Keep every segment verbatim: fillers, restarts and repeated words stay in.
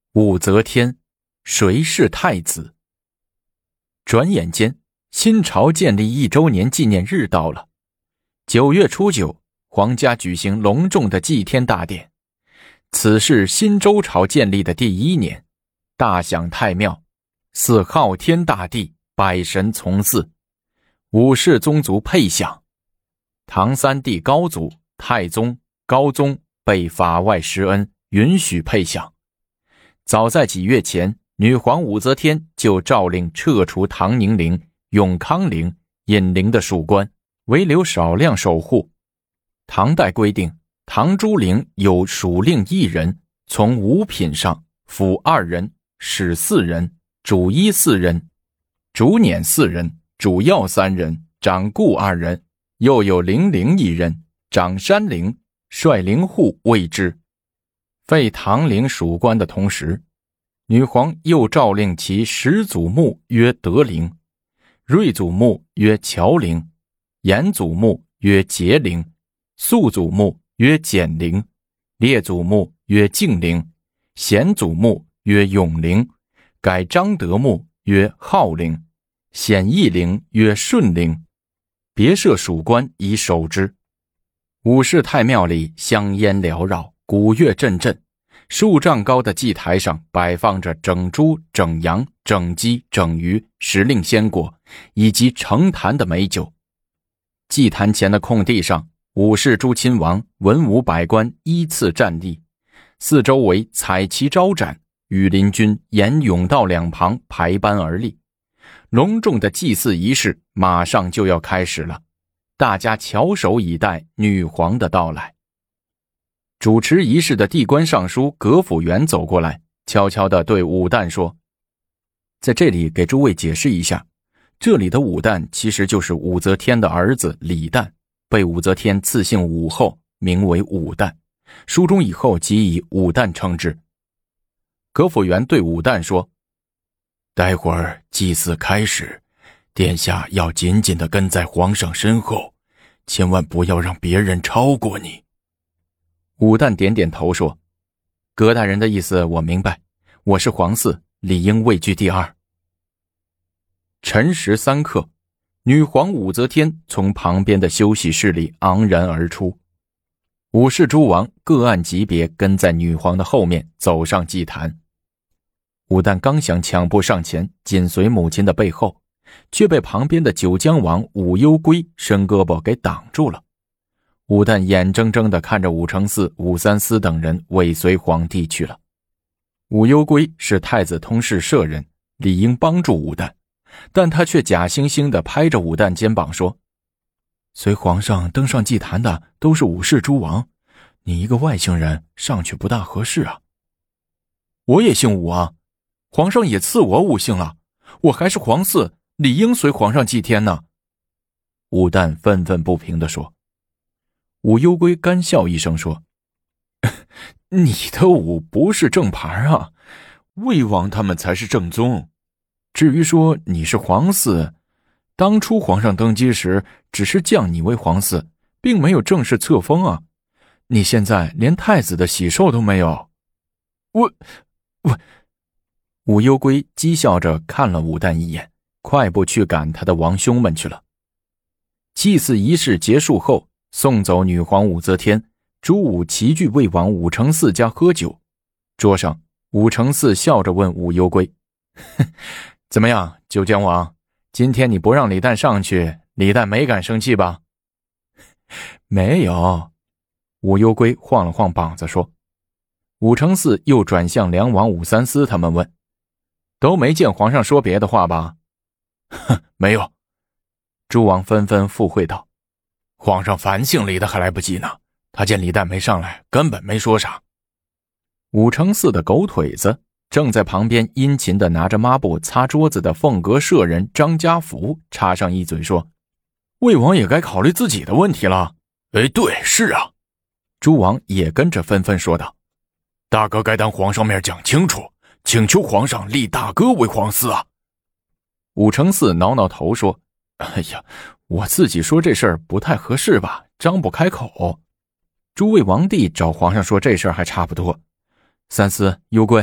武则天，谁是太子？转眼间，新朝建立一周年纪念日到了。九月初九，皇家举行隆重的祭天大典。此是新周朝建立的第一年，大享太庙，祀昊天大帝，百神从祀，五世宗族配享。唐三帝高祖、太宗、高宗被法外施恩，允许配享。早在几月前，女皇武则天就诏令撤除唐宁陵、永康陵、尹陵的属官，唯留少量守护。唐代规定，唐朱陵有属令一人，从五品上，辅二人，使四人，主医四人，主辇四人，主要三人，掌顾二人，又有陵令一人，掌山陵，率陵户卫之。废唐陵属官的同时，女皇又诏令其始祖墓曰德陵，睿祖墓曰乔陵，延祖墓曰节陵，肃祖墓曰简陵，列祖墓曰敬陵，显祖墓曰永陵，改张德墓曰浩陵，显义陵曰顺陵，别设属官以守之。五世太庙里香烟缭绕，鼓乐阵阵，数丈高的祭台上摆放着整猪、整羊、整鸡、整鱼、时令鲜果以及成坛的美酒。祭坛前的空地上，武士诸亲王、文武百官依次站立，四周围彩旗招展，羽林军沿甬道两旁排班而立。隆重的祭祀仪式马上就要开始了，大家翘首以待女皇的到来。主持仪式的地官尚书葛辅元走过来，悄悄地对武旦说：在这里给诸位解释一下，这里的武旦其实就是武则天的儿子李旦，被武则天赐姓武后，名为武旦，书中以后即以武旦称之。葛辅元对武旦说：待会儿祭祀开始，殿下要紧紧地跟在皇上身后，千万不要让别人超过你。武旦点点头说：葛大人的意思我明白，我是皇嗣，理应位居第二。辰时三刻，女皇武则天从旁边的休息室里昂然而出，武士诸王各按级别跟在女皇的后面走上祭坛。武旦刚想抢步上前紧随母亲的背后，却被旁边的九江王武攸归伸胳膊给挡住了。武旦眼睁睁地看着武承嗣、武三思等人尾随皇帝去了。武攸归是太子通事舍人，理应帮助武旦，但他却假惺惺地拍着武旦肩膀说：随皇上登上祭坛的都是武士诸王，你一个外姓人上去不大合适啊。我也姓武啊，皇上也赐我武姓了，我还是皇嗣，理应随皇上祭天呢。武旦愤愤不平地说。武攸归干笑一声说：你的武不是正牌啊，魏王他们才是正宗。至于说你是皇嗣，当初皇上登基时只是降你为皇嗣，并没有正式册封啊。你现在连太子的喜寿都没有。我我武攸归讥笑着看了武旦一眼，快步去赶他的王兄们去了。祭祀仪式结束后，送走女皇武则天，朱武齐聚魏王武承嗣家喝酒。桌上，武承嗣笑着问武攸归：怎么样，九江王，今天你不让李旦上去，李旦没敢生气吧？没有。武攸归晃了晃膀子说。武承嗣又转向梁王武三思他们问：都没见皇上说别的话吧？哼，没有。诸王纷纷附会道：皇上烦姓李的还来不及呢，他见李旦没上来，根本没说啥。武承嗣的狗腿子正在旁边殷勤地拿着抹布擦桌子的凤阁舍人张家福插上一嘴说：魏王也该考虑自己的问题了。哎，对，是啊。诸王也跟着纷纷说道：大哥该当皇上面讲清楚，请求皇上立大哥为皇嗣啊。武承嗣挠挠头说：哎呀，我自己说这事儿不太合适吧，张不开口。诸位王弟找皇上说这事儿还差不多。三思、攸归，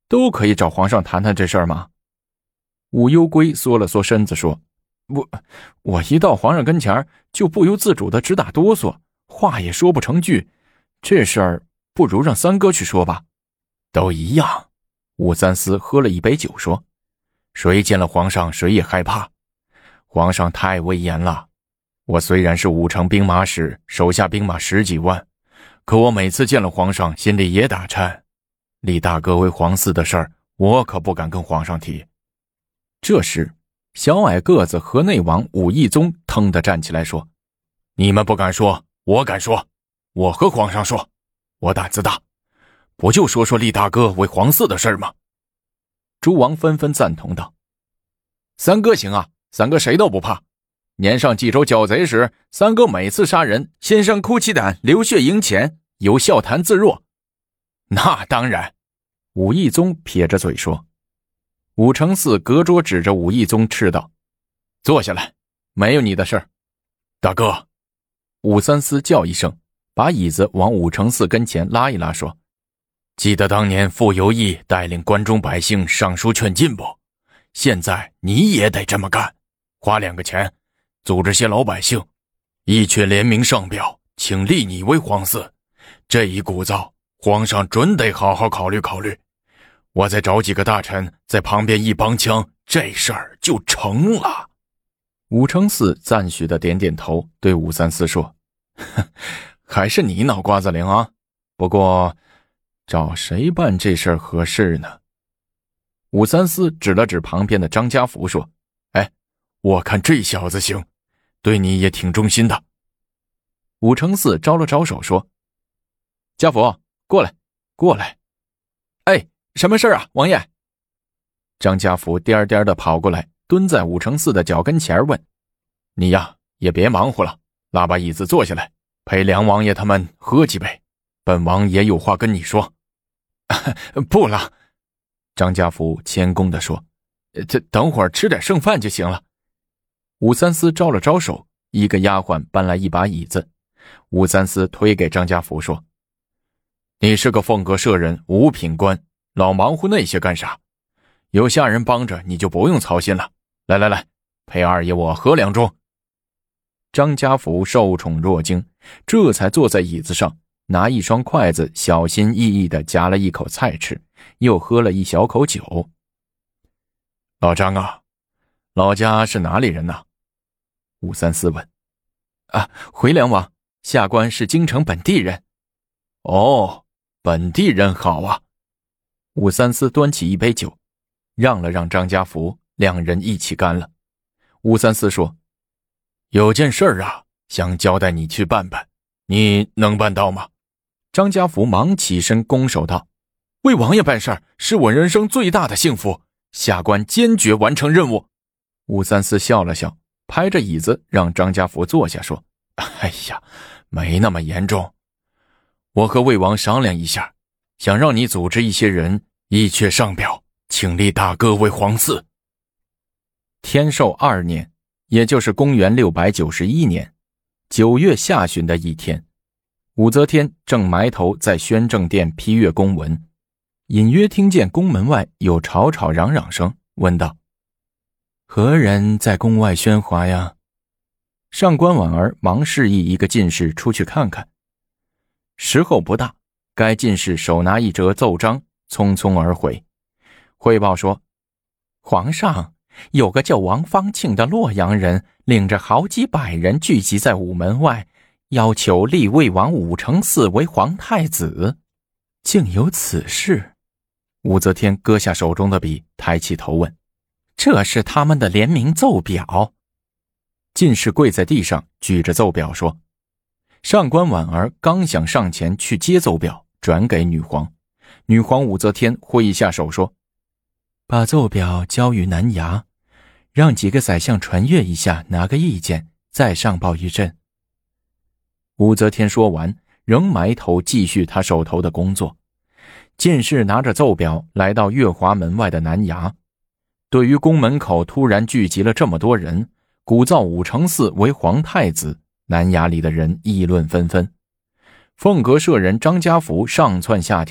都可以找皇上谈谈这事儿吗？武攸归缩了缩身子说，我我一到皇上跟前就不由自主地直打哆嗦，话也说不成句，这事儿不如让三哥去说吧。都一样。武三思喝了一杯酒说，谁见了皇上谁也害怕，皇上太威严了。我虽然是五城兵马使，手下兵马十几万，可我每次见了皇上心里也打颤。立大哥为皇嗣的事儿，我可不敢跟皇上提。这时小矮个子河内王武义宗腾地站起来说，你们不敢说，我敢说，我和皇上说，我胆子大，不就说说立大哥为皇嗣的事儿吗？诸王纷纷赞同道，三哥行啊，三哥谁都不怕。年上冀州剿贼时，三哥每次杀人，先生哭泣胆，流血营前，有笑谈自若。那当然。武义宗撇着嘴说。武承嗣隔桌指着武义宗斥道，坐下来，没有你的事儿。大哥。武三思叫一声，把椅子往武承嗣跟前拉一拉说，记得当年傅游义带领关中百姓上书劝进不？现在你也得这么干，花两个钱组织些老百姓一阙联名上表，请立你为皇嗣。这一鼓噪，皇上准得好好考虑考虑。我再找几个大臣在旁边一帮腔，这事儿就成了。武承嗣赞许的点点头，对武三思说，还是你脑瓜子灵啊，不过找谁办这事儿合适呢？武三思指了指旁边的张家福说，哎，我看这小子行，对你也挺忠心的。武承嗣招了招手说，家福，过来过来。哎，什么事啊，王爷？张家福颠颠的跑过来，蹲在武承嗣的脚跟前问，你呀也别忙活了，拉把椅子坐下来，陪梁王爷他们喝几杯，本王也有话跟你说。不了。张家福谦恭地说，这等会儿吃点剩饭就行了。武三思招了招手，一个丫鬟搬来一把椅子，武三思推给张家福说，你是个凤阁舍人，五品官，老忙活那些干啥？有下人帮着你就不用操心了。来来来，陪二爷我喝两盅。张家福受宠若惊，这才坐在椅子上，拿一双筷子小心翼翼地夹了一口菜吃，又喝了一小口酒。老张啊，老家是哪里人呢？武三思问。啊，回梁王，下官是京城本地人。哦，本地人好啊。武三思端起一杯酒，让了让张家福，两人一起干了。武三思说，有件事儿啊，想交代你去办办，你能办到吗？张家福忙起身拱手道，为王爷办事儿是我人生最大的幸福，下官坚决完成任务。武三思笑了笑，拍着椅子让张家福坐下说，哎呀，没那么严重，我和魏王商量一下，想让你组织一些人一阙上表，请立大哥为皇嗣。天寿二年，也就是公元六百九十一年九月下旬的一天，武则天正埋头在宣政殿批阅公文，隐约听见宫门外有吵吵嚷嚷声，问道，何人在宫外喧哗呀？上官婉儿忙示意一个进士出去看看。时候不大，该进士手拿一折奏章，匆匆而回，汇报说，皇上，有个叫王方庆的洛阳人，领着好几百人聚集在午门外，要求立魏王武承嗣为皇太子。竟有此事？武则天搁下手中的笔，抬起头问，这是他们的联名奏表。进士跪在地上，举着奏表说，上官婉儿刚想上前去接奏表，转给女皇。女皇武则天挥一下手说，把奏表交于南衙，让几个宰相传阅一下，拿个意见，再上报于朕。武则天说完，仍埋头继续他手头的工作。进士拿着奏表来到月华门外的南衙，对于宫门口突然聚集了这么多人，鼓噪武承嗣为皇太子，南衙里的人议论纷纷。凤阁舍人张家福上蹿下跳，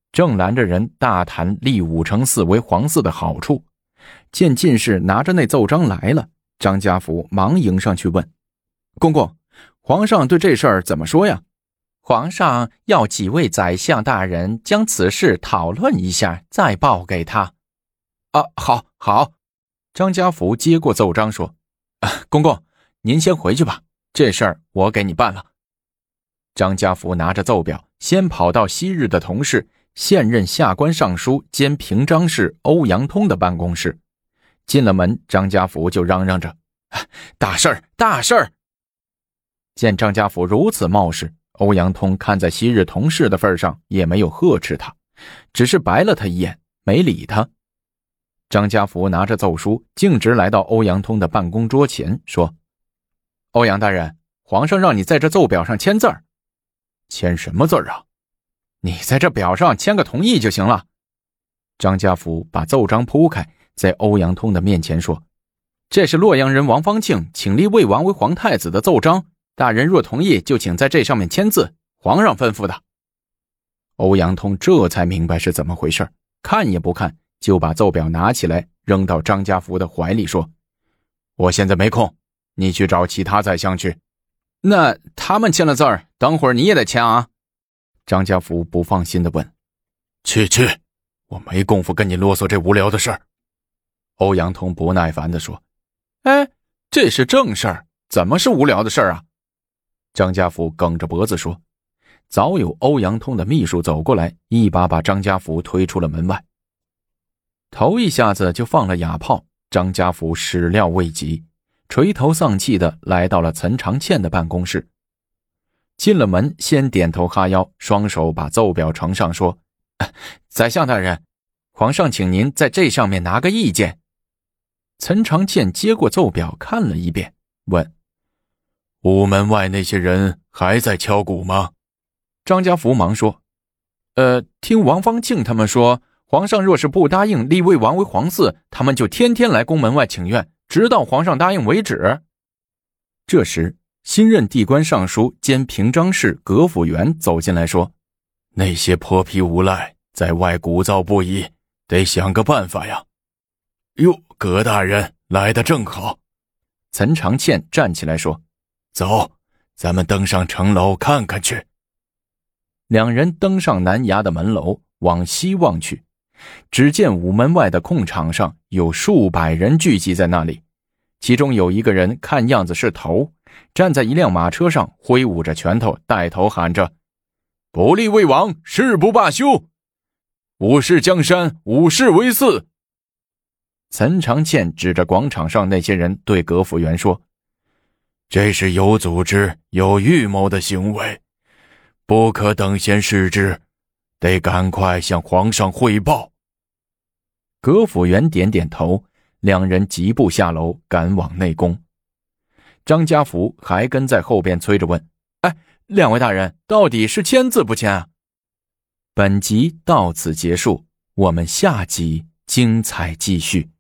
正拦着人大谈立武承嗣为皇嗣的好处。见进士拿着那奏章来了，张家福忙迎上去问：公公，皇上对这事儿怎么说呀？皇上要几位宰相大人将此事讨论一下，再报给他。啊，好好。张家福接过奏章说：啊，公公，您先回去吧，这事儿我给你办了。张家福拿着奏表，先跑到昔日的同事，现任下官尚书兼平章事欧阳通的办公室。进了门，张家福就嚷嚷着：大事儿，大事儿！见张家福如此冒失，欧阳通看在昔日同事的份上，也没有呵斥他，只是白了他一眼，没理他。张家福拿着奏书，径直来到欧阳通的办公桌前，说：欧阳大人，皇上让你在这奏表上签字儿。签什么字儿啊？你在这表上签个同意就行了。张家福把奏章铺开，在欧阳通的面前说：这是洛阳人王方庆请立魏王为皇太子的奏章，大人若同意，就请在这上面签字，皇上吩咐的。欧阳通这才明白是怎么回事，看也不看，就把奏表拿起来扔到张家福的怀里，说：我现在没空，你去找其他宰相去。那他们签了字儿，等会儿你也得签啊？张家福不放心地问。去去，我没工夫跟你啰嗦这无聊的事儿。欧阳通不耐烦地说：哎，这是正事儿，怎么是无聊的事儿啊？张家福梗着脖子说。早有欧阳通的秘书走过来，一把把张家福推出了门外。头一下子就放了哑炮，张家福始料未及，垂头丧气地来到了岑长倩的办公室。进了门，先点头哈腰，双手把奏表呈上，说：宰相大人，皇上请您在这上面拿个意见。岑长倩接过奏表看了一遍，问：午门外那些人还在敲鼓吗？张家福忙说：呃，听王方庆他们说，皇上若是不答应立魏王为皇嗣，他们就天天来宫门外请愿，直到皇上答应为止。这时新任地官尚书兼平章事葛辅元走进来说：那些泼皮无赖在外鼓噪不已，得想个办法呀。哟，葛大人来得正好。岑长倩站起来说：走，咱们登上城楼看看去。两人登上南衙的门楼，往西望去，只见午门外的空场上有数百人聚集在那里，其中有一个人看样子是头，站在一辆马车上，挥舞着拳头，带头喊着：不立魏王，誓不罢休！五世江山，五世为嗣！岑长倩指着广场上那些人对葛辅元说：这是有组织有预谋的行为，不可等闲视之，得赶快向皇上汇报。葛辅元点点头，两人疾步下楼赶往内宫。张家福还跟在后边催着问：哎，两位大人到底是签字不签啊？本集到此结束，我们下集精彩继续。